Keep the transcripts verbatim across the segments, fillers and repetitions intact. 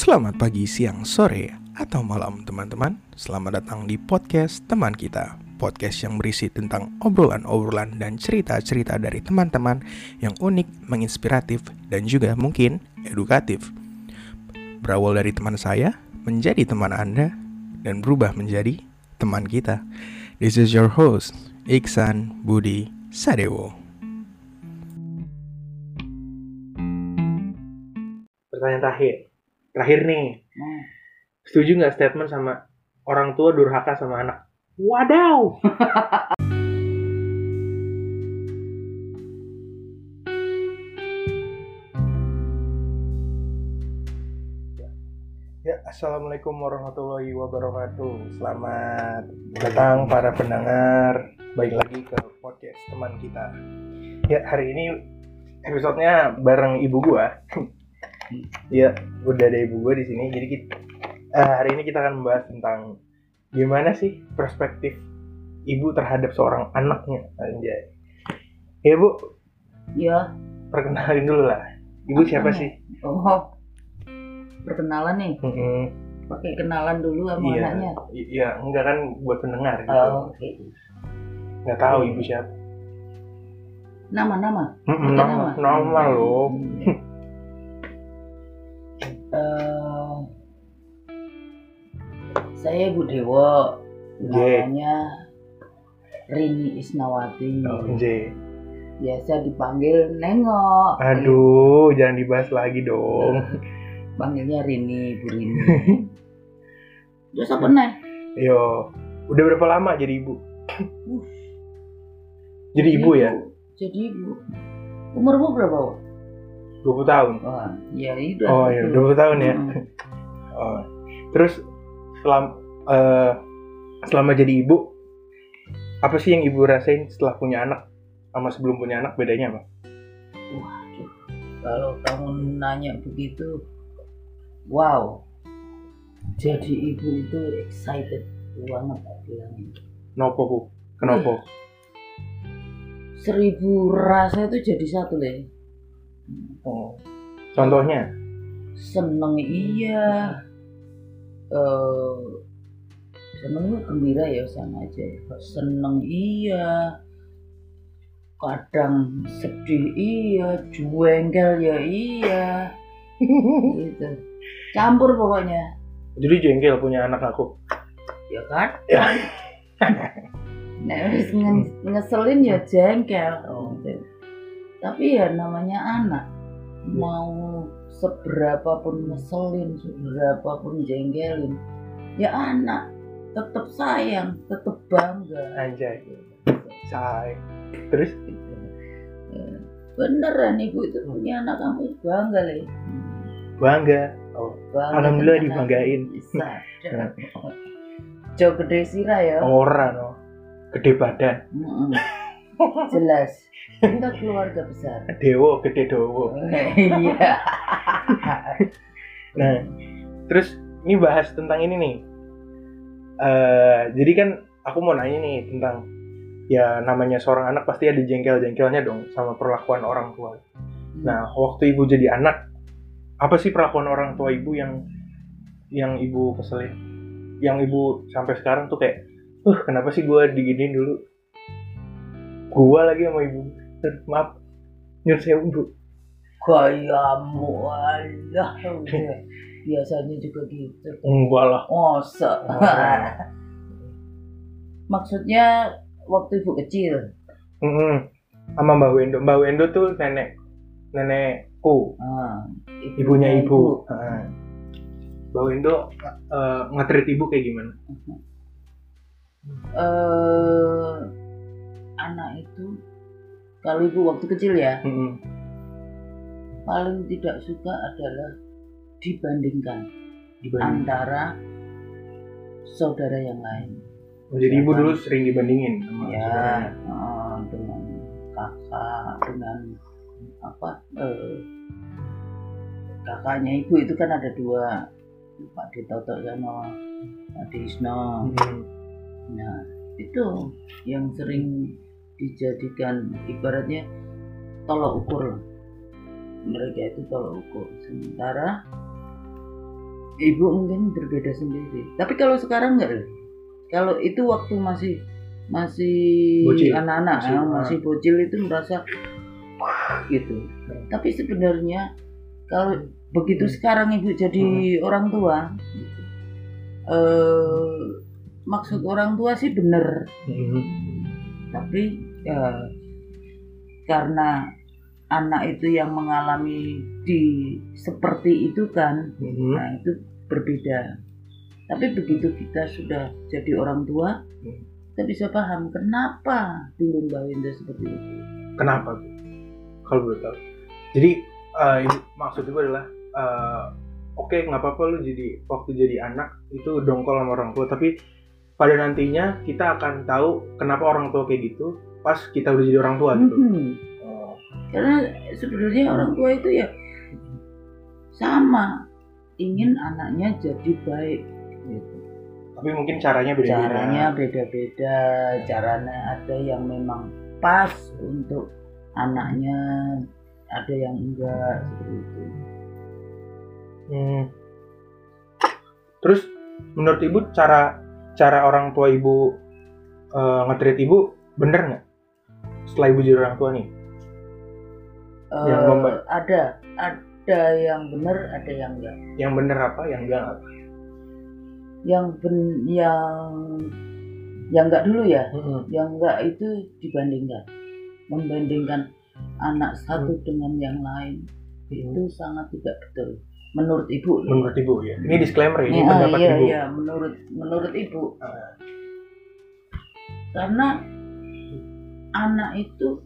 Selamat pagi, siang, sore, atau malam teman-teman. Selamat datang di podcast teman kita. Podcast yang berisi tentang obrolan-obrolan dan cerita-cerita dari teman-teman yang unik, menginspiratif, dan juga mungkin edukatif. Berawal dari teman saya, menjadi teman Anda, dan berubah menjadi teman kita. This is your host, Iksan Budi Sadewo. Pertanyaan terakhir. Terakhir nih, hmm. setuju nggak statement sama orang tua durhaka sama anak? Wadaw! Ya, assalamualaikum warahmatullahi wabarakatuh. Selamat datang para pendengar. Balik lagi ke podcast teman kita. Ya, hari ini episodenya bareng ibu gua. Ya, udah ada ibu gue di sini. Jadi kita, uh, hari ini kita akan membahas tentang gimana sih perspektif ibu terhadap seorang anaknya. Anjay. Ya bu. Ya. Perkenalin dulu lah. Ibu apa siapa nih? Sih? Oh, perkenalan nih. Mm-hmm. Pakai kenalan dulu sama iya, anaknya. Iya, enggak kan buat pendengar. Gitu. Oh, oke. Okay. Nggak tahu ibu siapa. Nama-nama. Mm-hmm, nama, nama, nama loh. Uh, saya Bu Dewo, namanya Rini Isnawati. Oh, J. Biasa dipanggil Nengok. Aduh, eh. jangan dibahas lagi dong. Panggilnya Rini, Bu Rini. Terus apa nih? Yo, udah berapa lama jadi ibu? Uh, jadi ibu, ibu ya? Jadi ibu. Umur bu berapa? dua puluh tahun. Oh, ya itu. Oh ya, dua puluh tahun ya. Hmm. Oh. Terus selama uh, selama jadi ibu, apa sih yang ibu rasain setelah punya anak sama sebelum punya anak, bedanya apa? Waduh, kalau kamu nanya begitu, wow. Jadi ibu itu excited banget bilangnya. Kenapa bu? Kenapa? Eh, seribu rasa itu jadi satu deh. Oh. Contohnya? Seneng iya, uh, seneng gembira ya sama aja. Seneng iya, kadang sedih iya, jengkel ya iya, gitu. Campur pokoknya. Jadi jengkel punya anak aku? Ya kan? Ya. Nah, harus ngeselin ya jengkel. Oh. Gitu. Tapi ya namanya anak, mau seberapa pun ngeselin, seberapa pun jengkelin, ya anak tetap sayang, tetap bangga. Anjay, say. Terus? Ya, beneran ibu itu punya anak, kamu bangga leh. Bangga. Oh. Bangga. Alhamdulillah dibanggain. Bisa. Jauh gede sirah ya. Orang no, gede badan. Jelas. Kita keluarga besar. Dewo, gede Dewo. Iya. Nah, terus ini bahas tentang ini nih. Uh, jadi kan aku mau nanya nih tentang ya namanya seorang anak pasti ada jengkel-jengkelnya dong sama perlakuan orang tua. Hmm. Nah, waktu ibu jadi anak, apa sih perlakuan orang tua ibu yang yang ibu keselin? Yang ibu sampai sekarang tuh kayak, uh kenapa sih gue diginiin dulu? Gue lagi sama ibu. Maaf, nyuruh saya bu. Kayamu Allah. Biasanya juga gitu. Enggak lah. Masa. Oh. Maksudnya waktu ibu kecil. Mm-hmm. Sama Mbak Wendo. Mbak Wendo tuh nenek nenekku. Ah, ibunya ibu. ibu. Ah. Mbak Wendo uh, nge-treat ibu kayak gimana? Uh, anak itu kalau ibu waktu kecil ya, mm-hmm. paling tidak suka adalah dibandingkan Dibanding. antara saudara yang lain. Oh, jadi ibu dulu sering dibandingin sama ya, saudaranya? Uh, dengan kakak, dengan apa? Uh, kakaknya ibu itu kan ada dua, Pak Ditoto sama Pak Disno. Mm-hmm. Nah, itu yang sering dijadikan ibaratnya tolok ukur, mereka itu tolok ukur. Sementara ibu mungkin berbeda sendiri. Tapi kalau sekarang enggak. Kalau itu waktu masih masih Bocil. anak-anak, Masih, masih, ah. masih bocil itu merasa wah gitu. Tapi sebenarnya kalau begitu sekarang ibu jadi orang tua, eh, maksud orang tua sih bener. Mhm. Tapi ya, karena anak itu yang mengalami di seperti itu kan, Mhm. nah itu berbeda. Tapi begitu kita sudah jadi orang tua, Hmm. kita bisa paham kenapa dulu Mbak Winda seperti itu. Kenapa tuh? Kalau boleh tahu. Jadi uh, ibu- maksud gue adalah uh, oke okay, nggak apa-apa lu jadi waktu jadi anak itu dongkol sama orang tua, tapi pada nantinya kita akan tahu kenapa orang tua kayak gitu pas kita udah jadi orang tua gitu. Mhm. Oh. Karena sebenarnya orang tua itu ya sama ingin anaknya jadi baik gitu. Tapi mungkin caranya beda-beda. Caranya beda-beda, caranya ada yang memang pas untuk anaknya, ada yang enggak seperti itu. Hmm. Terus menurut ibu cara cara orang tua ibu uh, nge-treat ibu bener nggak setelah ibu jadi orang tua nih? Uh, Yang memba- ada, ada yang benar, ada yang enggak. Yang bener apa, yang enggak apa? Yang ben, yang yang enggak dulu ya. Mm-hmm. Yang enggak itu dibandingkan, membandingkan anak satu Hmm. dengan yang lain Hmm. itu sangat tidak betul. Menurut ibu. Menurut ibu ya. Ini disclaimer ya, ini Ya, pendapat iya, ibu. iya, menurut menurut ibu. Ah. Karena anak itu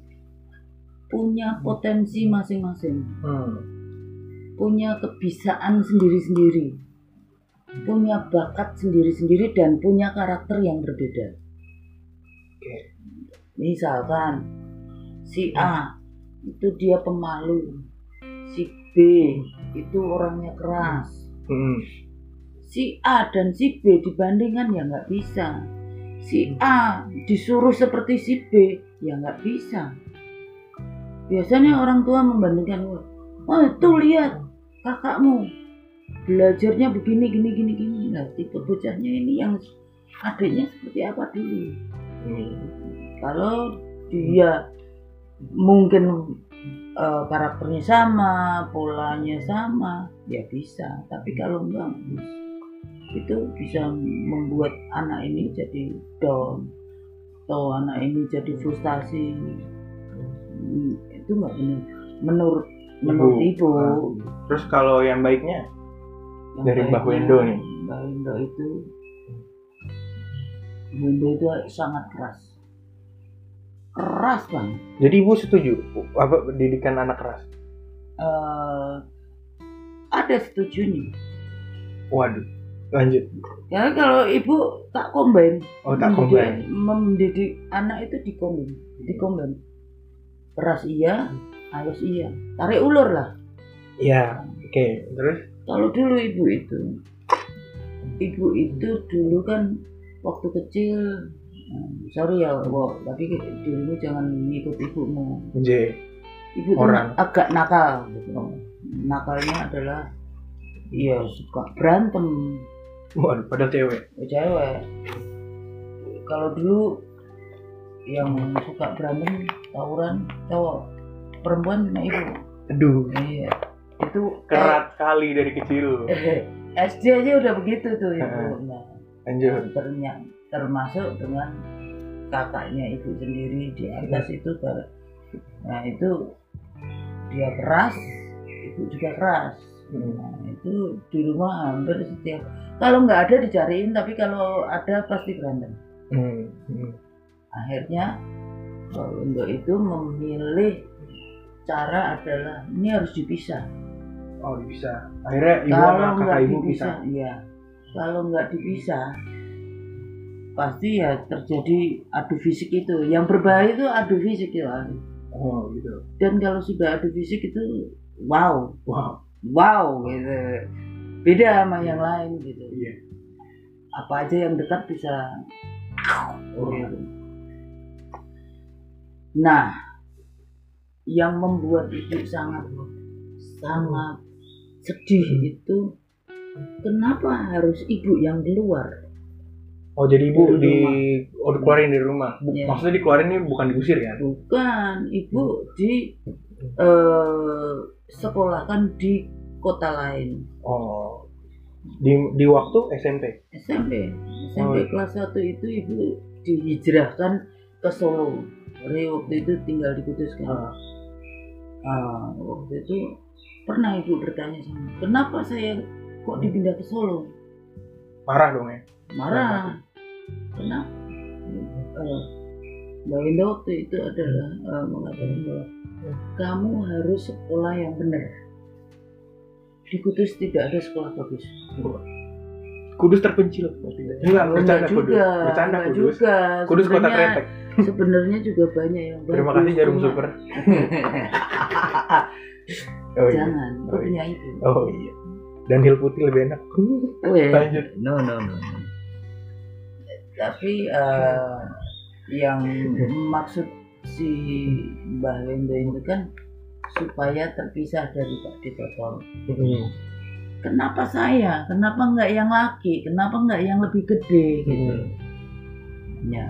punya potensi masing-masing, Hmm. punya kebisaan sendiri-sendiri, punya bakat sendiri-sendiri dan punya karakter yang berbeda. Oke. Misalkan si A itu dia pemalu, si B itu orangnya keras. Hmm. Si A dan si B dibandingkan ya nggak bisa. Si A disuruh seperti si B ya nggak bisa. Biasanya orang tua membandingkan, oh tuh lihat kakakmu belajarnya begini gini gini gini. Nah tipe bocahnya ini yang adiknya seperti apa dulu. Hmm. Kalau dia mungkin uh, karakternya sama, polanya sama, ya bisa. Tapi kalau enggak, itu bisa membuat anak ini jadi down, atau anak ini jadi frustasi. Itu nggak benar. Menurut menurut ibu. Terus kalau yang baiknya yang dari Mbak baiknya, Wendo nih. Mbak Wendo itu, Wendo itu sangat keras. Keras banget. Jadi ibu setuju apa pendidikan anak keras? Uh, ada setujunya. Waduh, lanjut. Ya kalau ibu tak combine. Oh tak mendidik, combine. Mendidik anak itu dicombine, dicombine. Keras iya, halus iya. Tarik ulur lah. Iya, oke. Okay. Terus? Kalau dulu ibu itu, ibu itu dulu kan waktu kecil. Sorry ya, Wo, tapi dirimu jangan ngikut ibumu. J. Ibu tuh agak nakal. Gitu. Nakalnya adalah, ya suka berantem. Waduh, padahal cewek. Cewek. Kalau dulu yang suka berantem, tawuran, cowok, perempuan cuma ibu. Aduh. Iya. Itu kerat sekali dari kecil. S D aja udah begitu tuh ibu. Nah, lanjut. Ternyata termasuk dengan kakaknya ibu sendiri di atas itu. Nah itu dia keras, ibu juga keras. Nah, itu di rumah hampir setiap, kalau nggak ada dicariin, tapi kalau ada pasti berantem. Hmm. Hmm. Akhirnya untuk itu memilih cara adalah ini harus dipisah. Oh bisa. Akhirnya ibu kalau sama kakak ibu dipisah, bisa. Iya. Kalau nggak dipisah, pasti ya terjadi adu fisik itu. Yang berbahaya itu adu fisik ya. Oh gitu. Dan kalau sudah adu fisik itu wow, wow, wow gitu. Beda sama yang lain gitu. Iya. Apa aja yang dekat bisa. Oh. Gitu. Nah, yang membuat ibu sangat sangat sedih itu kenapa harus ibu yang keluar? Oh jadi ibu Dari di rumah. oh dikeluarin dari rumah. Bu- Iya. Maksudnya dikeluarin ini bukan diusir ya? Bukan, ibu di eh, sekolahkan di kota lain. Oh. Di di waktu S M P. S M P, S M P Oh. kelas satu itu ibu dihijrahkan ke Solo. Jadi waktu itu tinggal di Kudus kan. Ah. Ah, waktu itu pernah ibu bertanya sama, kenapa saya kok dipindah ke Solo? Marah dong ya. Marah. Kenapa? Eh, Mbak Winda waktu itu adalah eh, mengatakan bahwa kamu harus sekolah yang benar. Di Kudus tidak ada sekolah bagus. Kudus terpencil. Enggak, Enggak bercanda Kudus. juga, Bercanda enggak Kudus. juga. Kudus kota Sebenarnya- kretek. Sebenarnya juga banyak yang bagus. Terima kasih Jarum cuma- Super. Oh iya. Jangan, Oh, itu punya ibu. Oh iya. Dan hil putih lebih enak. Weh, Lanjut. no no no. no. Tapi eh, yang maksud si Mbah Wendo itu kan supaya terpisah dari Pak Ditotol. Hmm. Kenapa saya? Kenapa enggak yang laki? Kenapa enggak yang lebih gede gitu? Hmm. Ya.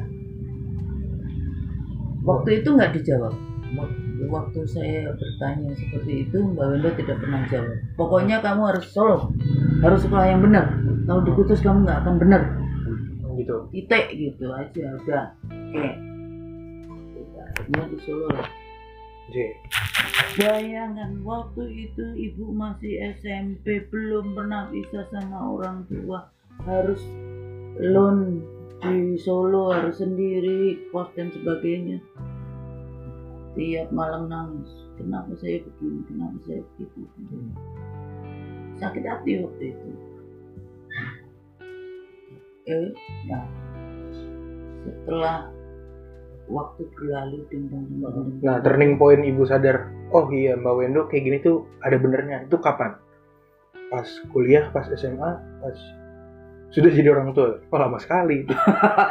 Waktu itu nggak dijawab. Waktu saya bertanya seperti itu, Mbak Wendo tidak pernah jawab. Pokoknya kamu harus Solo, harus sekolah yang benar. Kalau di Kudus kamu nggak akan benar. Gitu. Titik gitu aja udah. Oke. Akhirnya di Solo lah. J. Bayangkan waktu itu ibu masih S M P, belum pernah pisah sama orang tua, harus loan di Solo, harus sendiri, kos dan sebagainya. Tiap malam nangis, kenapa saya begini, kenapa saya begitu. Sakit hati waktu itu. Eh, nah, setelah waktu berlalu dendam dendam. Nah, turning point ibu sadar, oh iya Mbak Wendo kayak gini tuh ada benernya. Itu kapan? Pas kuliah, pas S M A, pas sudah jadi orang tua. Oh lama sekali itu.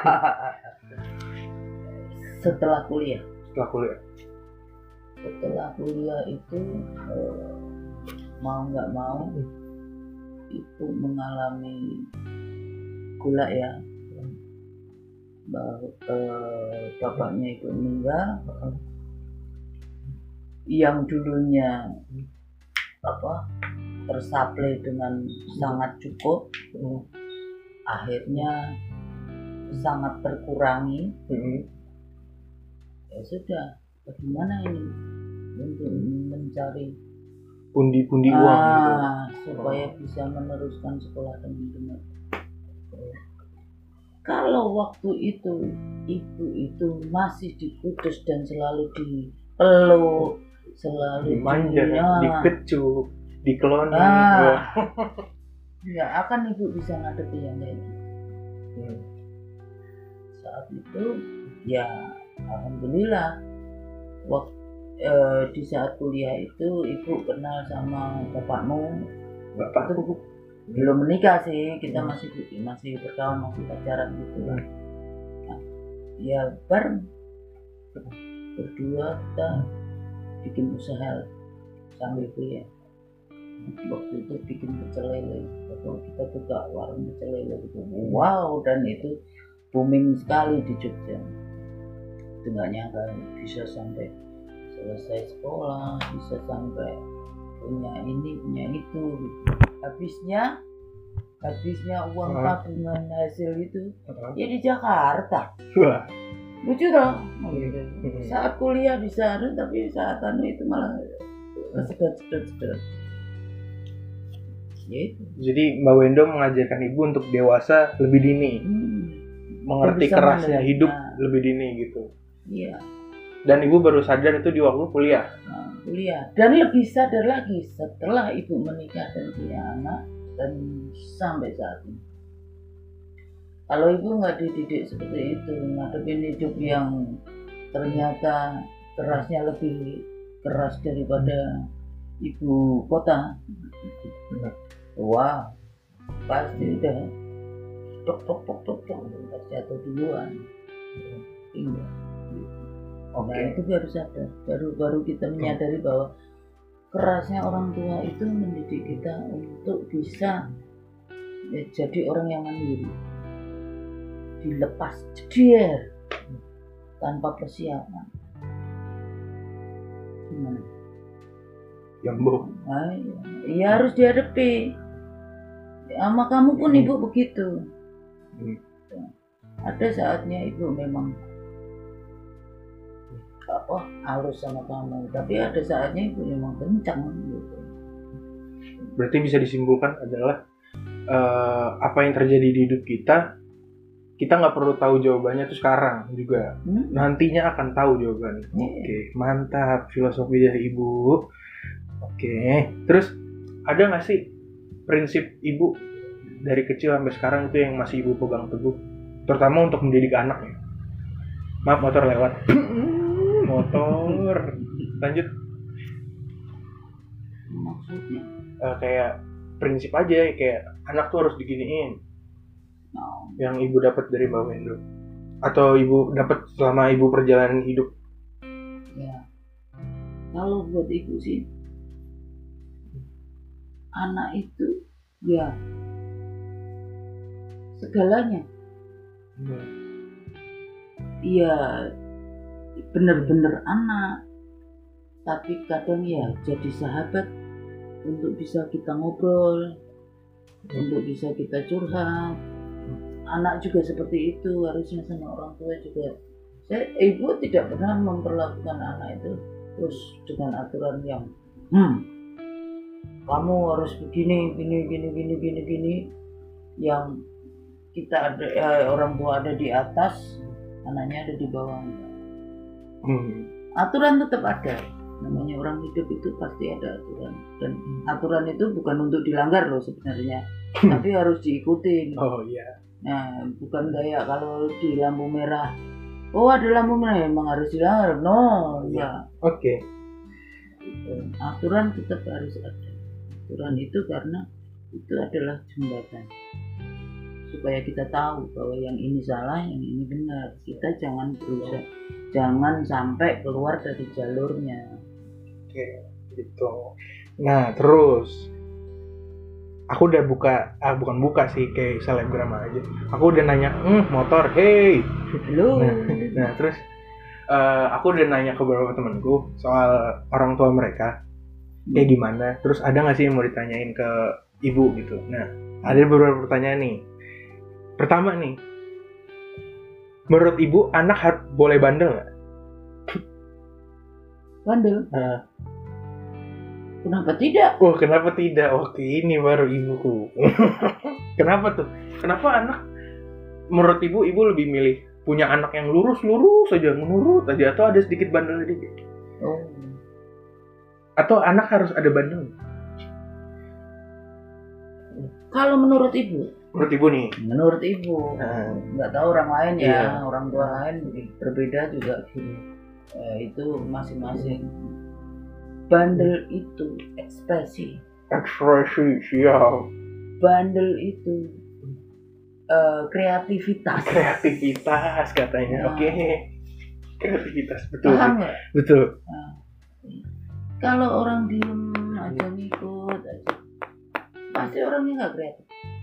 Setelah kuliah. Setelah kuliah. Setelah kuliah itu eh, mau nggak mau itu mengalami gula ya. Bahwa eh, bapaknya itu meninggal, yang dulunya apa tersuplai dengan sangat cukup, akhirnya sangat terkurangi. Ya sudah, bagaimana ini untuk mencari Pundi-pundi uang gitu. ah, supaya bisa meneruskan sekolah dengan benar. Kalau waktu itu ibu itu masih di Kudus dan selalu dipeluk, selalu Dimanja, di- dikecup, dikeloni. Ah. nggak akan ibu bisa ngadepi yang kayak gitu. Hmm. Saat itu ya alhamdulillah waktu eh, di saat kuliah itu ibu kenal sama bapakmu. Bapak Itu belum menikah sih, kita Hmm. masih masih berkawan, masih pacaran gitu kan. Hmm. Nah, ya bareng berdua kita bikin usaha sambil kuliah. Waktu itu bikin pecel lele, atau kita buka warung pecel lele gitu. Wow, dan itu booming sekali di Jogja. Itu nggak nyangka bisa sampai selesai sekolah, bisa sampai punya ini punya itu gitu. Habisnya habisnya uang Hmm. tabungan hasil itu Uh-huh. ya di Jakarta. Wah. Lucu dong. Hmm. Saat kuliah bisa anu, tapi saat anu itu malah kesedot-sedot-sedot. Ya itu. Jadi Mbak Wendo mengajarkan ibu untuk dewasa lebih dini, Hmm. mengerti Bisa kerasnya menerima. hidup lebih dini gitu. Iya. Dan ibu baru sadar itu di waktu kuliah. Nah, kuliah. Dan lebih sadar lagi setelah ibu menikah dan punya anak dan sampai saat ini. Kalau ibu nggak dididik seperti itu, ngadepin hidup yang ternyata kerasnya lebih keras daripada ibu kota, wah pasti udah tok tok tok tok tok udah jatuh duluan. Tinggal. Oke. Nah itu baru sadar, baru baru kita menyadari bahwa kerasnya orang tua itu mendidik kita untuk bisa ya, jadi orang yang mandiri, dilepas jeder tanpa persiapan, gimana? Jambo. Nah, ya, ya harus dihadapi. Sama kamu pun Hmm. ibu begitu. Hmm. Ada saatnya ibu memang apa halus sama kamu, tapi ada saatnya ibu memang kencang gitu. Berarti bisa disimpulkan adalah uh, apa yang terjadi di hidup kita, kita nggak perlu tahu jawabannya tuh sekarang juga. Hmm? Nantinya akan tahu jawabannya. Yeah. Oke, mantap filosofi dari ibu. Oke, terus ada nggak sih prinsip ibu dari kecil sampai sekarang itu yang masih ibu pegang teguh, terutama untuk mendidik anak ya? Maaf, motor lewat. Motor. Lanjut. Maksudnya? Uh, kayak prinsip aja, kayak anak tuh harus diginiin. No. Yang ibu dapat dari Mbak Wendo, atau ibu dapat selama ibu perjalanan hidup? Ya, kalau buat ibu sih, anak itu ya segalanya. Hmm. Iya, benar-benar anak, tapi kadang ya jadi sahabat untuk bisa kita ngobrol, hmm. untuk bisa kita curhat. Anak juga seperti itu, harusnya sama orang tua juga. Saya, ibu tidak pernah memperlakukan anak itu terus dengan aturan yang hmm, kamu harus begini, gini, gini, gini, gini, gini. Yang kita ada, ya, orang tua ada di atas, anaknya ada di bawah. Hmm. Aturan tetap ada. Namanya orang hidup itu pasti ada aturan. Dan aturan itu bukan untuk dilanggar loh sebenarnya, tapi harus diikuti. Oh iya. Nah, bukan kayak kalau di lampu merah, oh ada lampu merah emang harus dilanggar. No, ya. Oke. Okay. Aturan tetap harus ada. Aturan itu karena itu adalah jembatan supaya kita tahu bahwa yang ini salah, yang ini benar. Kita jangan berusaha, jangan sampai keluar dari jalurnya. Oke, gitu. Nah, terus aku udah buka, ah bukan buka sih, kayak selebgram aja. Aku udah nanya, hmm, motor, hey. Halo. Nah, nah terus uh, aku udah nanya ke beberapa temanku soal orang tua mereka, kayak gimana. Terus ada nggak sih yang mau ditanyain ke ibu gitu? Nah, ada beberapa pertanyaan nih. Pertama nih, menurut ibu anak harus boleh bandel nggak? Bandel? Nah. Kenapa tidak? Oh, kenapa tidak? Oke, ini baru ibuku. Kenapa tuh? Kenapa anak, menurut ibu, ibu lebih milih punya anak yang lurus-lurus saja, menurut aja, atau ada sedikit bandel dikit? Oh. Atau anak harus ada bandel? Kalau menurut ibu? Menurut ibu nih? Menurut ibu. Nah. Nggak tahu orang lain ya, Iya. orang tua lain berbeda juga. Eh, itu masing-masing. Bandel itu ekspresi. Ekspresi, siap. Bandel itu uh, kreativitas. Kreativitas katanya. Nah. Oke. Kreativitas, betul. Paham nggak? Betul. Nah, kalau orang diem aja ngikut aja, pasti orangnya nggak kreatif.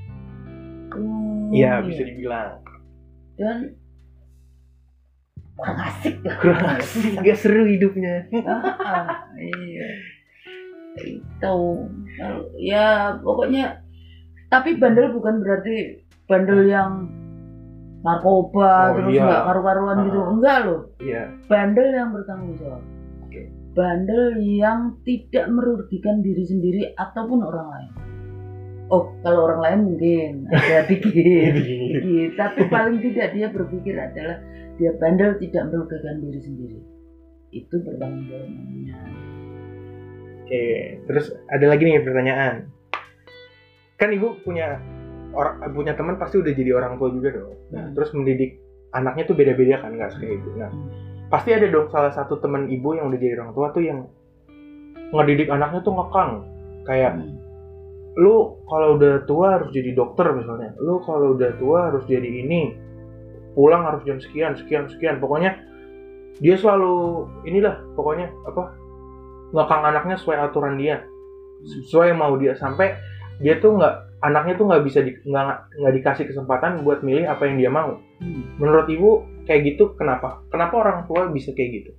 Iya, Oh, bisa iya. dibilang. Dan kurang asik lah. Kurang asik, gak seru hidupnya. Ah, iya. Itu ya pokoknya, tapi bandel bukan berarti bandel yang narkoba Oh, terus iya. nggak karu-karuan gitu, Ah. enggak loh. Iya. Bandel yang bertanggung jawab. Oke. Bandel yang tidak merugikan diri sendiri ataupun orang lain. Oh, kalau orang lain mungkin ada dikit, dikit. Tapi paling tidak dia berpikir adalah dia bandel tidak merugikan diri sendiri. Itu bertanggung jawab namanya. Oke, terus ada lagi nih pertanyaan. Kan ibu punya orang, punya teman pasti udah jadi orang tua juga dong. Nah, Hmm. terus mendidik anaknya tuh beda-beda kan, nggak kayak ibu. Nah, pasti ada dong salah satu teman ibu yang udah jadi orang tua tuh yang ngedidik anaknya tuh ngekang. Kayak Hmm. lu kalau udah tua harus jadi dokter misalnya. Lu kalau udah tua harus jadi ini. Pulang harus jam sekian, sekian, sekian. Pokoknya dia selalu inilah, pokoknya apa? Ngekang anaknya sesuai aturan dia. Sesuai mau dia, sampai dia tuh nggak anaknya tuh nggak bisa di, nggak nggak dikasih kesempatan buat milih apa yang dia mau. Hmm. Menurut ibu kayak gitu kenapa? Kenapa orang tua bisa kayak gitu?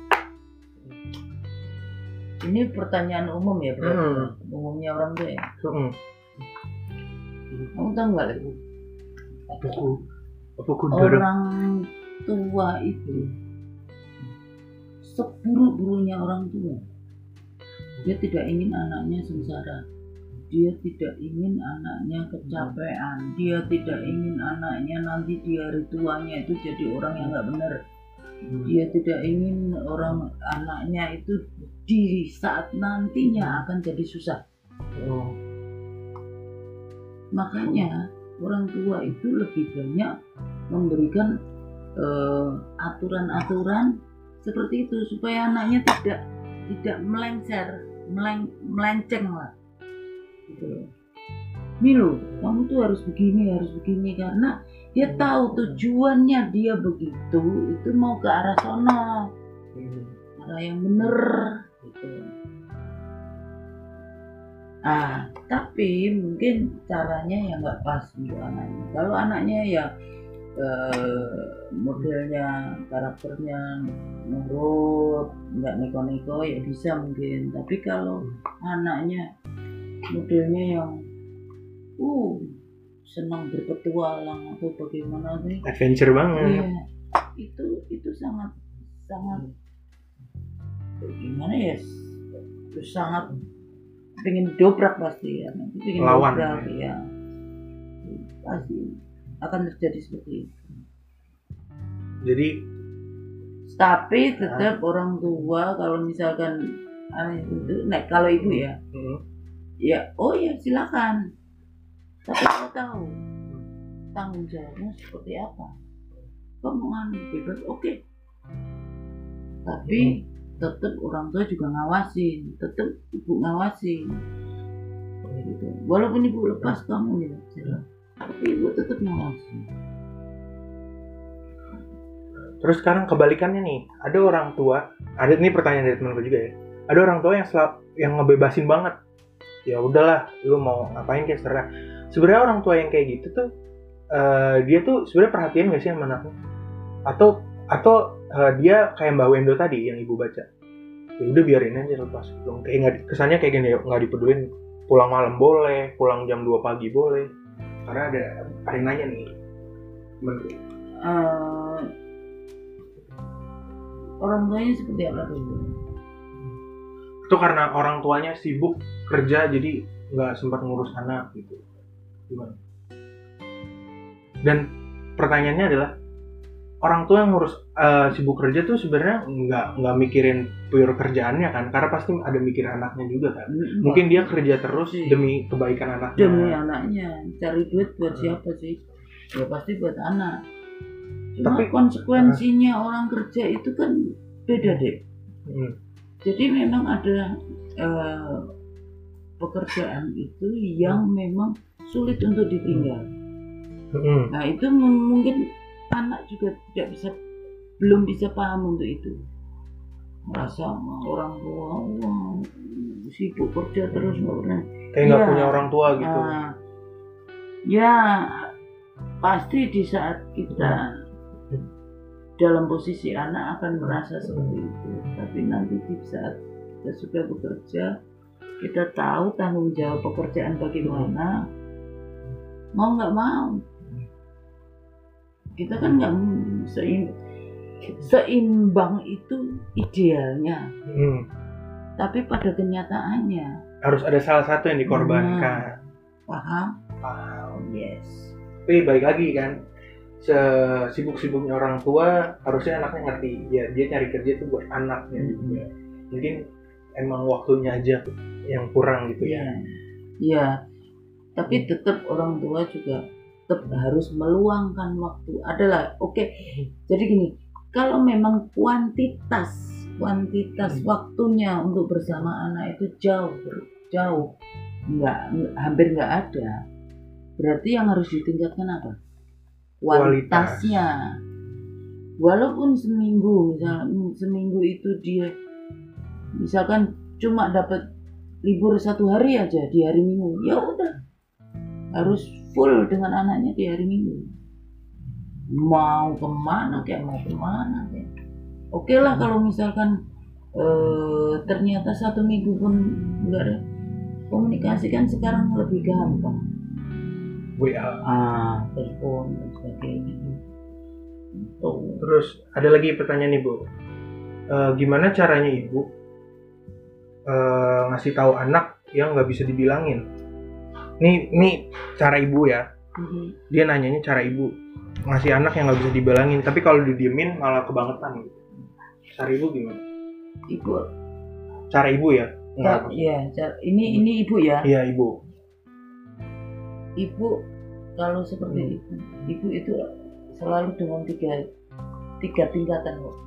Ini pertanyaan umum ya, berarti Hmm. umumnya orang tua ya. Hmm. Kamu tahu nggak Lek? Apa ku? Apa ku dorong? Orang tua itu seburuk-buruknya orang tua, dia tidak ingin anaknya sengsara, dia tidak ingin anaknya kecapean, dia tidak ingin anaknya nanti di hari tuanya itu jadi orang yang nggak benar, dia tidak ingin orang anaknya itu di saat nantinya akan jadi susah. Oh. Makanya orang tua itu lebih banyak memberikan uh, aturan-aturan seperti itu supaya anaknya tidak tidak melenceng, meleng, melenceng lah. Gitu. Ini loh, kamu tuh harus begini, harus begini karena dia tahu tujuannya dia begitu itu mau ke arah sono, arah yang bener. Gitu. Ah, tapi mungkin caranya yang nggak pas untuk anaknya. Kalau anaknya ya eh, modelnya, karakternya nurut, nggak neko-neko ya bisa mungkin. Tapi kalau anaknya modelnya yang uh senang berpetualang atau bagaimana sih? Adventure banget. Iya, itu itu sangat sangat gimana ya? Itu sangat pengen dobrak pasti ya, nanti pengen Lawan, dobrak ya. Pasti akan terjadi seperti itu. Jadi Tapi tetap orang tua kalau misalkan anak itu, nah kalau ibu ya, hmm. ya oh ya silakan. Tapi kita tahu tanggung jawabnya seperti apa. Kamu anu bebas, oke. Okay. Tapi hmm. tetap orang tua juga ngawasin, tetap ibu ngawasin. Gitu. Walaupun ibu lepas kamu ya, tapi ibu tetap ngawasin. Terus sekarang kebalikannya nih, ada orang tua, ada ini pertanyaan dari temanku juga ya. Ada orang tua yang selap, yang ngebebasin banget. Ya udahlah, lu mau ngapain kayak serah. Sebenarnya orang tua yang kayak gitu tuh, uh, dia tuh sebenarnya perhatian nggak sih sama anaknya? Atau atau uh, dia kayak Mbak Wendo tadi yang ibu baca. Ya udah biarin aja lepas. Kayak nggak, kesannya kayak gini, nggak dipedulin. Pulang malam boleh, pulang jam dua pagi boleh. Karena ada ada yang nanya nih. Uh, orang tuanya seperti apa dulu? Itu karena orang tuanya sibuk kerja jadi nggak sempat ngurus anak gitu. Gimana? Dan pertanyaannya adalah orang tua yang ngurus uh, sibuk kerja tuh sebenarnya nggak nggak mikirin pure kerjaannya kan, karena pasti ada mikirin anaknya juga kan. Hmm, mungkin dia kerja terus demi kebaikan anaknya. Demi anaknya, cari duit buat hmm. siapa sih? Ya pasti buat anak. Cuma tapi konsekuensinya uh, orang kerja itu kan beda deh. Hmm. Jadi memang ada uh, pekerjaan itu yang memang sulit untuk ditinggal. Hmm. Nah itu m- mungkin anak juga tidak bisa, belum bisa paham untuk itu. Merasa orang tua wah, sibuk kerja terus nggak pernah. Kayak nggak ya, punya orang tua gitu. Uh, ya pasti di saat kita dalam posisi anak akan merasa seperti itu. Tapi nanti di saat kita sudah bekerja, kita tahu tanggung jawab pekerjaan bagaimana, mau nggak mau. Kita kan nggak seim, seimbang itu idealnya. Hmm. Tapi pada kenyataannya harus ada salah satu yang dikorbankan. Nah, paham? Paham. Yes. Tapi balik lagi kan, sesibuk-sibuknya orang tua harusnya anaknya ngerti ya dia cari kerja itu buat anaknya juga. Mm-hmm. Mungkin emang waktunya aja yang kurang gitu ya. Iya. Tapi tetap orang tua juga tetap harus meluangkan waktu. Adalah oke. Okay. Jadi gini, kalau memang kuantitas kuantitas mm-hmm. waktunya untuk bersama anak itu jauh jauh nggak hampir nggak ada. Berarti yang harus ditingkatkan apa? Kualitasnya. Walaupun seminggu misalnya seminggu itu dia misalkan cuma dapat libur satu hari aja di hari Minggu, ya udah harus full dengan anaknya di hari Minggu. Mau kemana kayak mau kemana kayak. Oke lah kalau misalkan eh, ternyata satu minggu pun enggak ada komunikasi kan sekarang lebih gampang. W A. Ah, telepon dan sebagainya. Tuh. Terus ada lagi pertanyaan nih Bu. Uh, gimana caranya Ibu uh, ngasih tahu anak yang nggak bisa dibilangin? Nih, ini cara Ibu ya. Mm-hmm. Dia nanyanya cara Ibu ngasih anak yang nggak bisa dibilangin, tapi kalau didiemin malah kebangetan gitu. Cara Ibu gimana? Ibu. Cara Ibu ya? Ca- iya, cara, ini ini Ibu ya. Iya Ibu. Ibu kalau seperti hmm. itu, Ibu itu selalu dengan tiga tiga tingkatan kok.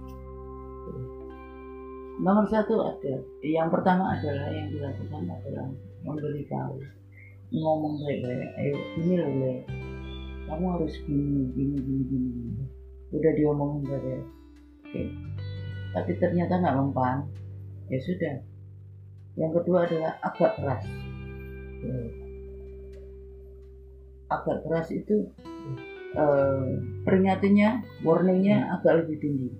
Nomor satu ada, yang pertama adalah yang dilakukan adalah memberitahu, ngomong baik-baik, ayo gini loh Le, kamu harus gini, gini, gini, gini, udah diomongin baik-baik, oke. Tapi ternyata nggak mempan, ya sudah. Yang kedua adalah agak keras. Agak keras itu eh, peringatannya, warningnya agak lebih tinggi.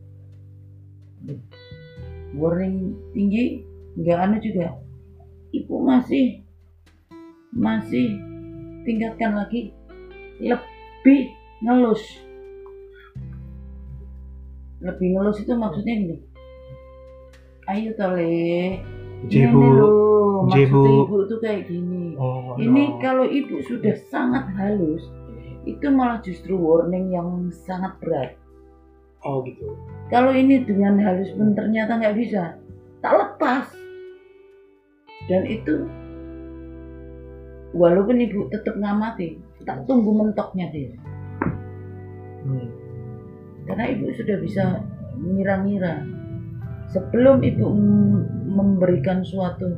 Warning tinggi, nggak anu juga. Ibu masih masih tingkatkan lagi, lebih ngelus. Lebih ngelus itu maksudnya gini. Ayo tole. Jebu, maksudnya ibu itu kayak gini. Oh, ini no. Kalau ibu sudah sangat halus, itu malah justru warning yang sangat berat. Oh gitu. Kalau ini dengan halus pun ternyata nggak bisa, tak lepas. Dan itu walaupun ibu tetap ngamati, tak tunggu mentoknya dia. Hmm. Karena ibu sudah bisa ngira-ngira. Sebelum ibu memberikan suatu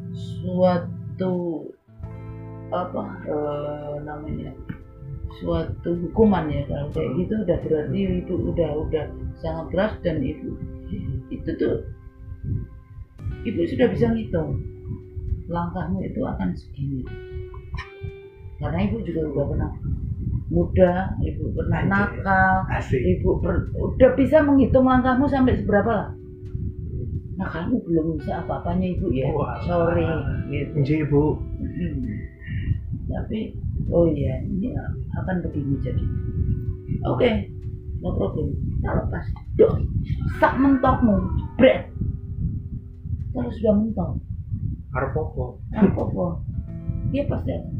suatu apa eh, namanya suatu hukuman ya, kalau kayak gitu udah berarti ibu udah udah sangat keras. Dan ibu itu tuh ibu sudah bisa ngitung langkahmu itu akan segini, karena ibu juga udah pernah muda, ibu pernah nakal, ibu per, udah bisa menghitung langkahmu sampai seberapa lah. Nah kamu belum bisa apa-apanya ibu ya. Wah, sorry gitu. Ibu. Hmm. Tapi oh iya ini akan begini jadi. Oke, okay, no problem. Tak lepas. Dok, sak mentokmu, bread. Kalau sudah mentok, arpopo. Arpopo. Dia pasti akan.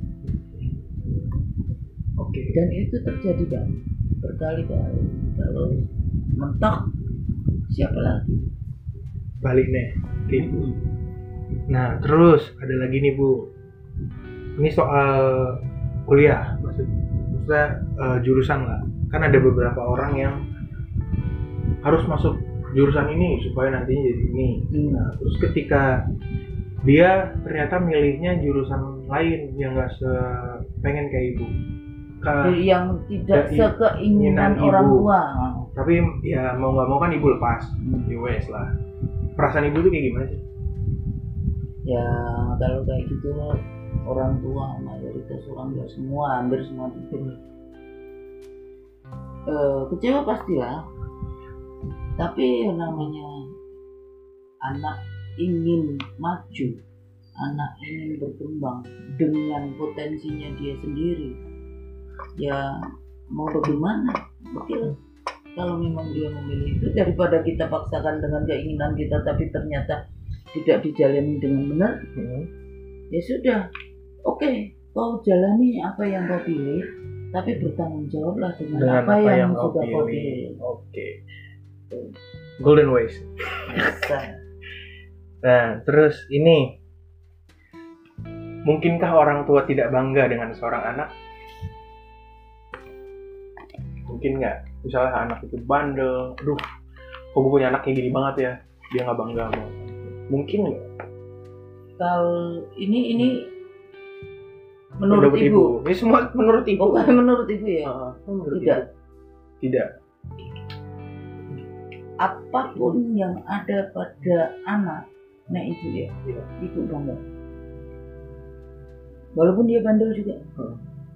Oke. Okay. Dan itu terjadi kan berkali-kali. Kalau mentok, siapa lagi? Balik nih ke Ibu. Nah terus ada lagi nih Bu, ini soal kuliah, maksudnya uh, jurusan lah. Kan ada beberapa orang yang harus masuk jurusan ini supaya nantinya jadi ini. Nah terus ketika dia ternyata milihnya jurusan lain yang nggak sepengen kayak Ibu, Ke, yang tidak sekeinginan orang tua. Tapi ya mau nggak mau kan Ibu lepas, hmm. ya wes lah. Perasaan Ibu tuh kayak gimana sih? Ya kalau kayak gitu orang tua mayoritas orang nggak semua, hampir semua itu e, kecewa pastilah. Tapi yang namanya anak ingin maju, anak ingin berkembang dengan potensinya dia sendiri, ya mau bagaimana? Oke. Kalau memang dia memilih itu, daripada kita paksakan dengan keinginan kita tapi ternyata tidak dijalani dengan benar, hmm. ya sudah, oke, okay, kau jalani apa yang kau pilih, tapi bertanggung jawablah dengan, dengan apa, apa yang, yang sudah kau pilih. Oke, okay. Golden ways. Nah, terus ini, mungkinkah orang tua tidak bangga dengan seorang anak? Mungkin nggak? Misalnya anak itu bandel, aduh, kok gue punya anak kayak gini banget ya, dia nggak bangga sama. Mungkin nggak? Kalau ini ini menurut, menurut ibu. ibu, ini semua menurut ibu. Oh, menurut ibu ya? Uh, menurut tidak. Ibu. Tidak. Apapun yang ada pada anak, nah ibu ya, ya. Ibu bangga. walaupun dia bandel juga. Hmm.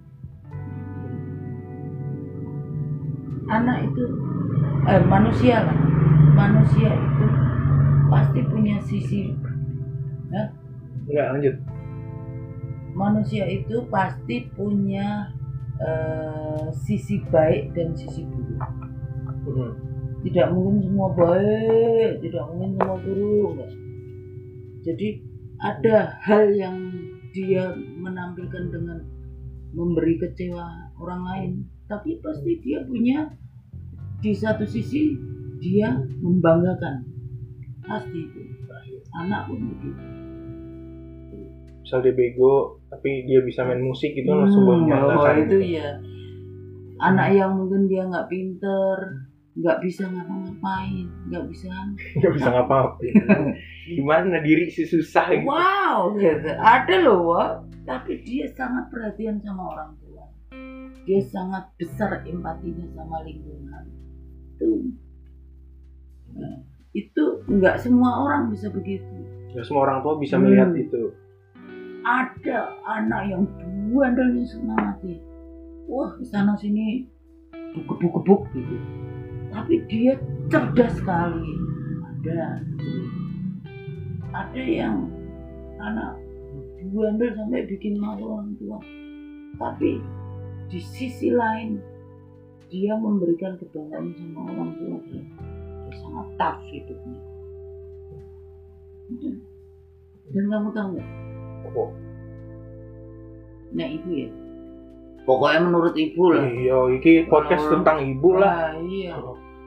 Anak itu eh, manusia lah, manusia itu pasti punya sisi, ya? Enggak, lanjut. Manusia itu pasti punya eh, sisi baik dan sisi buruk. Hmm. Tidak mungkin semua baik, tidak mungkin semua buruk, enggak. Jadi ada hal yang dia menampilkan dengan memberi kecewa orang lain, tapi pasti dia punya di satu sisi dia membanggakan, pasti itu. Anak pun begitu. Misal dia bego tapi dia bisa main musik itu Hmm, langsung bahwa membanggakan. itu ya anak yang mungkin dia nggak pinter, nggak bisa ngapa-ngapain, nggak bisa Nggak bisa ngapa-ngapain. Gimana diri sih susah gitu. wow gitu. Ada loh Wak, tapi dia sangat perhatian sama orang tua, dia sangat besar empatinya sama lingkungan itu. Nah, itu nggak semua orang bisa begitu. Nggak semua orang tua bisa melihat Hmm. itu. Ada anak yang bandelnya setengah mati, wah kesana sini gebuk-gebuk gitu, tapi dia cerdas sekali. Ada ada yang anak bandel sampai bikin malu orang tua, tapi di sisi lain dia memberikan kebanggaan sama orang tua. Dia, dia sangat tough hidupnya. Dan kamu tahu nggak? Oh. Nah ibu ya, pokoknya menurut ibu lah. Iya, ini podcast Orang- tentang ibu lah. Wah, iya.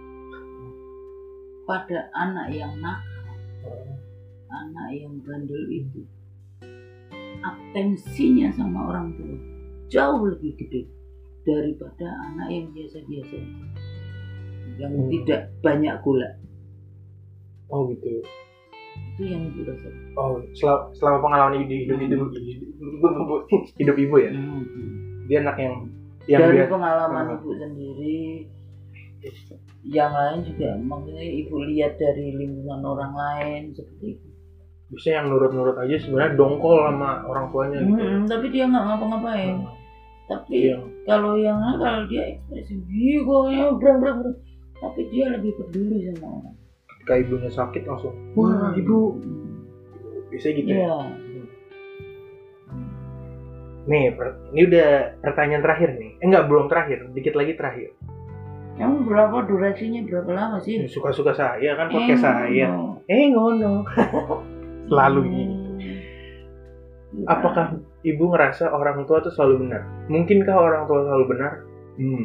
Pada anak yang nakal, anak yang bandel itu, atensinya sama orang tua jauh lebih gede daripada anak yang biasa-biasa, yang Hmm. tidak banyak gula. Oh gitu. Itu yang ibu rasa. Oh, selama, selama pengalaman di hidup hidup hidup, hidup ibu ya. Dia anak yang yang Dari dia pengalaman Hmm. ibu sendiri, yang lain juga maksudnya ibu lihat dari lingkungan orang lain seperti itu. biasanya yang nurut-nurut aja sebenarnya dongkol sama orang tuanya gitu. Hmm, tapi dia nggak ngapa-ngapain. Hmm. Tapi Yang kalau yang nakal dia ekspresi, iya kok brang brang brang. Tapi dia lebih peduli sama orang. ketika ibunya sakit langsung, wah Hmm. ibu. Biasanya gitu ya. Iya. Nih, per- ini udah pertanyaan terakhir nih. Eh enggak, belum terakhir, dikit lagi terakhir. Kamu berapa durasinya berapa lama sih? Suka-suka saya kan podcast Eh, saya. no. Eh ngono. Selalu Hmm. gini. Iya. Apakah ibu ngerasa orang tua tuh selalu benar? Mungkinkah orang tua selalu benar? Hmm.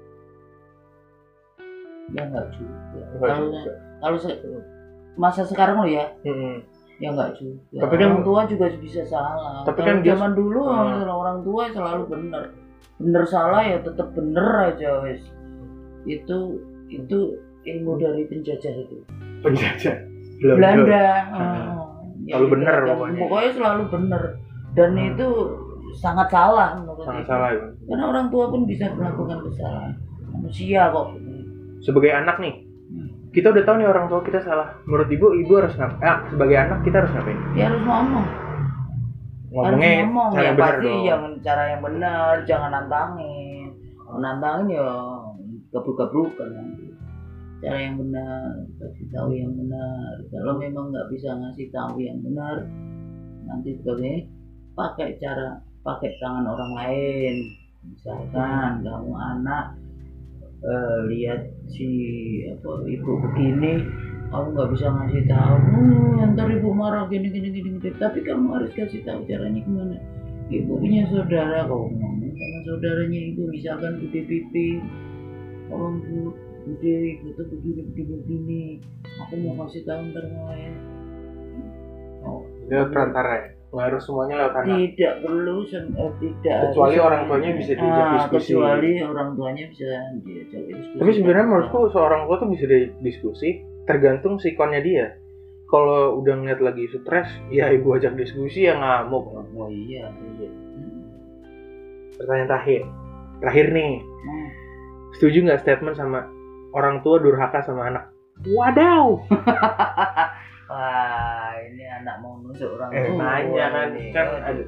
Ya nggak juga. Enggak Kalau juga. kalau se- masa sekarang lo ya, Hmm. ya nggak juga. Tapi kan- orang tua juga bisa salah. Tapi Kalau kan dia- zaman dulu Hmm. orang tua selalu benar. Bener salah ya tetap bener aja wes. Itu itu ilmu dari penjajah itu. Penjajah Belanda. Hmm. Hmm. Selalu Ya, bener gitu. pokoknya. Pokoknya selalu bener. Dan Hmm. itu sangat salah menurut Sangat itu. salah ya. Karena orang tua pun bisa melakukan kesalahan. Manusia kok. Sebagai anak nih, Hmm. kita udah tahu nih orang tua kita salah. Menurut ibu, ibu harus ngapain? Ah, sebagai anak kita harus ngapain? Dia harus ngomong. Ngomongnya harus ngomong cara ya yang benar pasti dong. yang cara yang benar, jangan nantangin. Kalau nantangin ya gabruk-gabrukan. Cara yang benar, kasih tahu yang benar. Kalau memang nggak bisa ngasih tahu yang benar, nanti sebagai pakai cara pakai tangan orang lain. Misalkan kamu anak eh, lihat si apa ibu begini, kamu nggak bisa ngasih tahu, hmm, ntar ibu marah gini gini gini gini. Tapi kamu harus kasih tahu caranya gimana. Ibu punya saudara, kau ngomong sama saudaranya ibu, misalkan bude pipi, tolong bu, bude ibu tuh begini begini begini. Aku mau kasih tahu ntar main. Oh, Lewat perantara ya? Nggak harus semuanya lewat anak. tidak perlu sem- eh, tidak Kecuali harus orang tuanya bisa diajak Ah, diskusi. kecuali orang tuanya bisa diajak diskusi. Tapi sebenarnya menurutku seorang tua tuh bisa diskusi tergantung sikonnya dia. Kalau udah ngeliat lagi stres, ya ibu ajak diskusi ya ngamuk. Oh iya, iya. Hmm. Pertanyaan terakhir, terakhir nih, Hmm. setuju nggak statement sama orang tua durhaka sama anak? Wadaw. Wah, ini anak mau nusuk orang Eh tua. nanya kan, ini. kan ada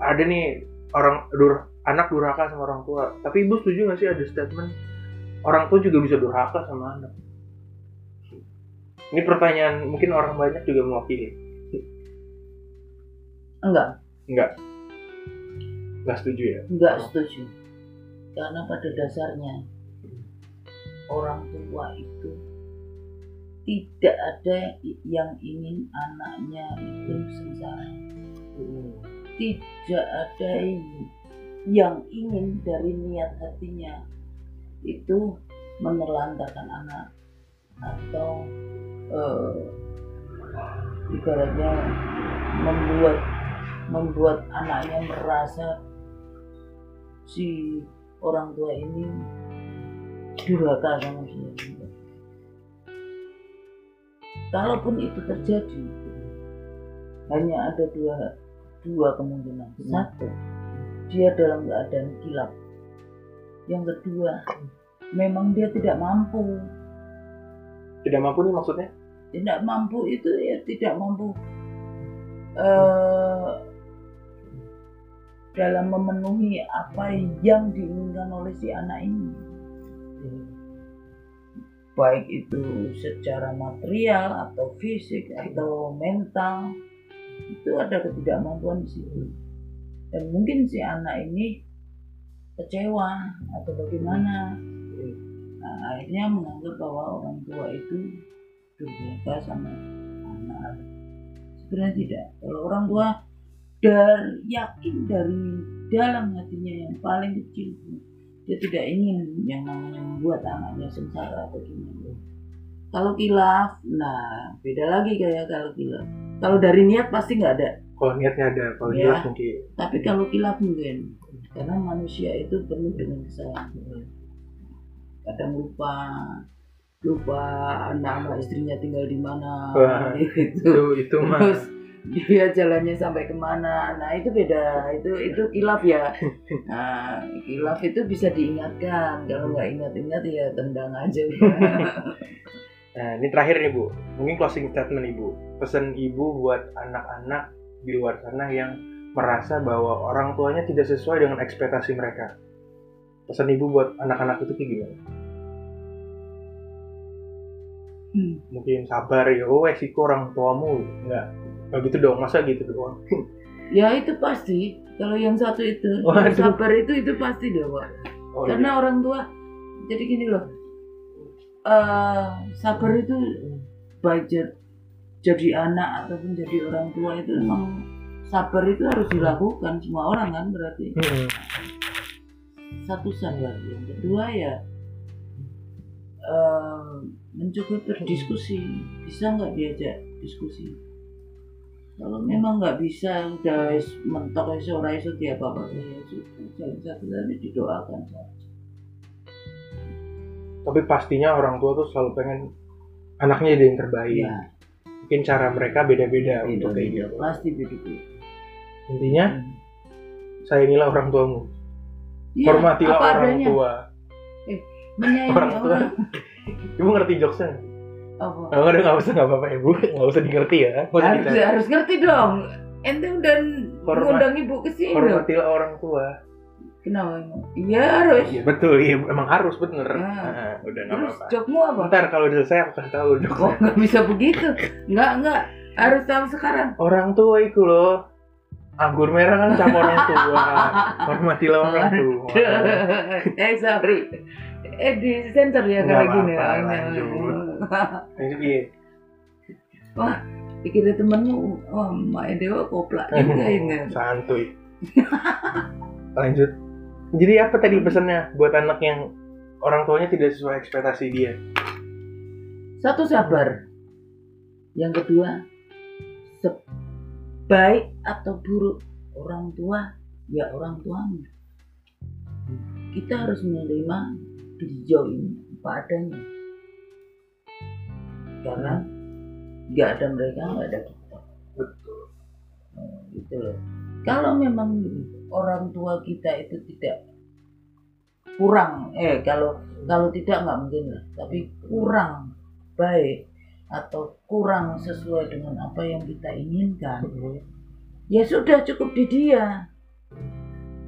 ada nih orang dur anak durhaka sama orang tua. Tapi ibu setuju nggak sih ada statement orang tua juga bisa durhaka sama anak? Ini pertanyaan mungkin orang banyak juga mewakili. Enggak. Enggak. Enggak setuju ya? Enggak setuju. Karena pada dasarnya orang tua itu tidak ada yang ingin anaknya itu sengsara. Hmm. Tidak ada yang ingin dari niat hatinya itu menelantarkan anak atau uh, ibaratnya membuat membuat anaknya merasa si orang tua ini durhaka sama dia. Kalaupun itu terjadi, hanya ada dua dua kemungkinan. Satu, dia dalam keadaan kilap. Yang kedua, memang dia tidak mampu. Tidak mampu nih maksudnya? Tidak mampu itu ya tidak mampu uh, dalam memenuhi apa yang diinginkan oleh si anak ini. Baik itu secara material atau fisik atau mental, itu ada ketidakmampuan di situ. Dan mungkin si anak ini kecewa atau bagaimana, nah, akhirnya menganggap bahwa orang tua itu durhaka sama anak. Sebenarnya tidak. Kalau orang tua dari yakin dari dalam hatinya yang paling kecil, dia tidak ingin yang namanya membuat anaknya sengsara atau gimana. Kalau kilaf, nah beda lagi kayak kalau kilaf. Kalau dari niat pasti nggak ada. Kalau niatnya ada, kalau ya, kilaf mungkin. Tapi kalau kilaf mungkin, karena manusia itu penuh dengan kesalahan. Kadang lupa, lupa anak-anak istrinya tinggal di mana. Wah, gitu. Itu itu mah. Terus dia jalannya sampai kemana, nah itu beda, itu itu kilaf ya. Nah, kilaf itu bisa diingatkan, kalau nggak ingat-ingat ya tendang aja. Nah ini terakhir nih Bu, mungkin closing statement Ibu, pesan Ibu buat anak-anak di luar sana yang merasa bahwa orang tuanya tidak sesuai dengan ekspektasi mereka. Pesan Ibu buat anak-anak itu kayak gimana? Hmm. Mungkin sabar ya, oh resiko orang tuamu nggak nggak gitu dong, masa gitu doang? Ya itu pasti, kalau yang satu itu Waduh. sabar itu itu pasti dong Pak. Oh, karena iya. Orang tua, jadi gini loh, uh, sabar itu baik jadi anak ataupun jadi orang tua itu emang sabar itu harus dilakukan semua orang kan berarti. Hmm. Satu sabar, yang kedua ya uh, mencoba berdiskusi, bisa nggak diajak diskusi? Kalau memang nggak bisa, udah mentok iso ora iso dia apa-apa ya sudah, jalan satu tadi didoakan saja. Tapi pastinya orang tua tuh selalu pengen anaknya jadi yang terbaik. Ya. Mungkin cara mereka beda-beda beda, untuk kayak gitu. Pasti beda-beda. Intinya hmm. sayangilah orang tuamu. Ya, hormatilah orang adanya. Tua. Eh, menyayangi orang tua. Ibu ngerti jokesnya? Apa? Oh, udah nggak usah, nggak apa-apa ibu, nggak usah dimengerti ya. Harus, harus ngerti dong. Ente udah ngundang ibu ke sini. Hormatilah orang tua. Kenapa? Iya harus. Iya betul, iya emang harus bener. Nah, nah, udah nggak apa-apa. Terus jokmu apa? Ntar kalau udah selesai aku kasih tahu jokesnya. Oh nggak bisa begitu. Nggak nggak harus tahu sekarang. Orang tua itu loh. Anggur merah kan cap orang tua. Hormatilah orang tua. Eh sorry. Eh di sensor ya kayak gini. Ini wah, pikirnya temenmu, oh Mak Dewa koplak juga ini. Santuy. Lanjut. Jadi apa tadi pesannya buat anak yang orang tuanya tidak sesuai ekspektasi dia? Satu, sabar. Yang kedua, baik atau buruk orang tua, ya orang tuamu. Kita harus menerima beliau ini apa adanya. Karena nggak ada mereka, nggak ada kita. Betul. Nah, gitu loh. Kalau memang orang tua kita itu tidak kurang, eh kalau kalau tidak nggak mungkin lah, tapi kurang baik atau kurang sesuai dengan apa yang kita inginkan, ya sudah cukup di dia.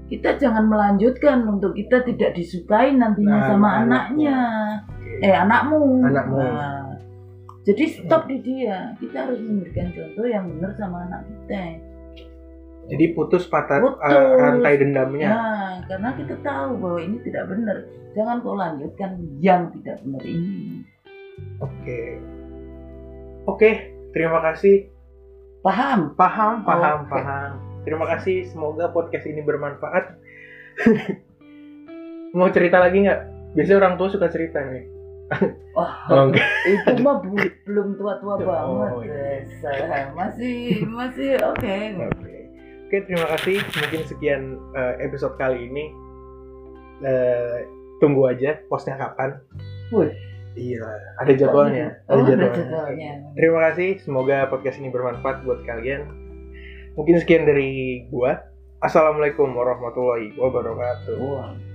kita jangan melanjutkan untuk kita tidak disukai nantinya Nah, sama anaknya. anaknya. Eh anakmu. Anakmu. Nah, jadi stop di dia. Kita harus memberikan contoh yang benar sama anak kita. Jadi putus patah Putus. uh, rantai dendamnya. Nah, karena kita tahu bahwa ini tidak benar. Jangan kau lanjutkan yang tidak benar ini. Oke. Oke, terima kasih. Paham? Paham, paham, Oke. paham. Terima kasih. Semoga podcast ini bermanfaat. Mau cerita lagi nggak? Biasanya orang tua suka cerita nih. Wah, Oh, enggak. itu mah bu- belum tua-tua Oh, banget. iya. Saya masih masih oke. Oke. Oke, terima kasih. Mungkin sekian uh, episode kali ini. Uh, tunggu aja postnya kapan. Wih. Iya, ada jadwalnya. Oh, ada jadwalnya. jadwalnya. Terima kasih. Semoga podcast ini bermanfaat buat kalian. Mungkin sekian dari gua. Assalamualaikum warahmatullahi wabarakatuh. Wah.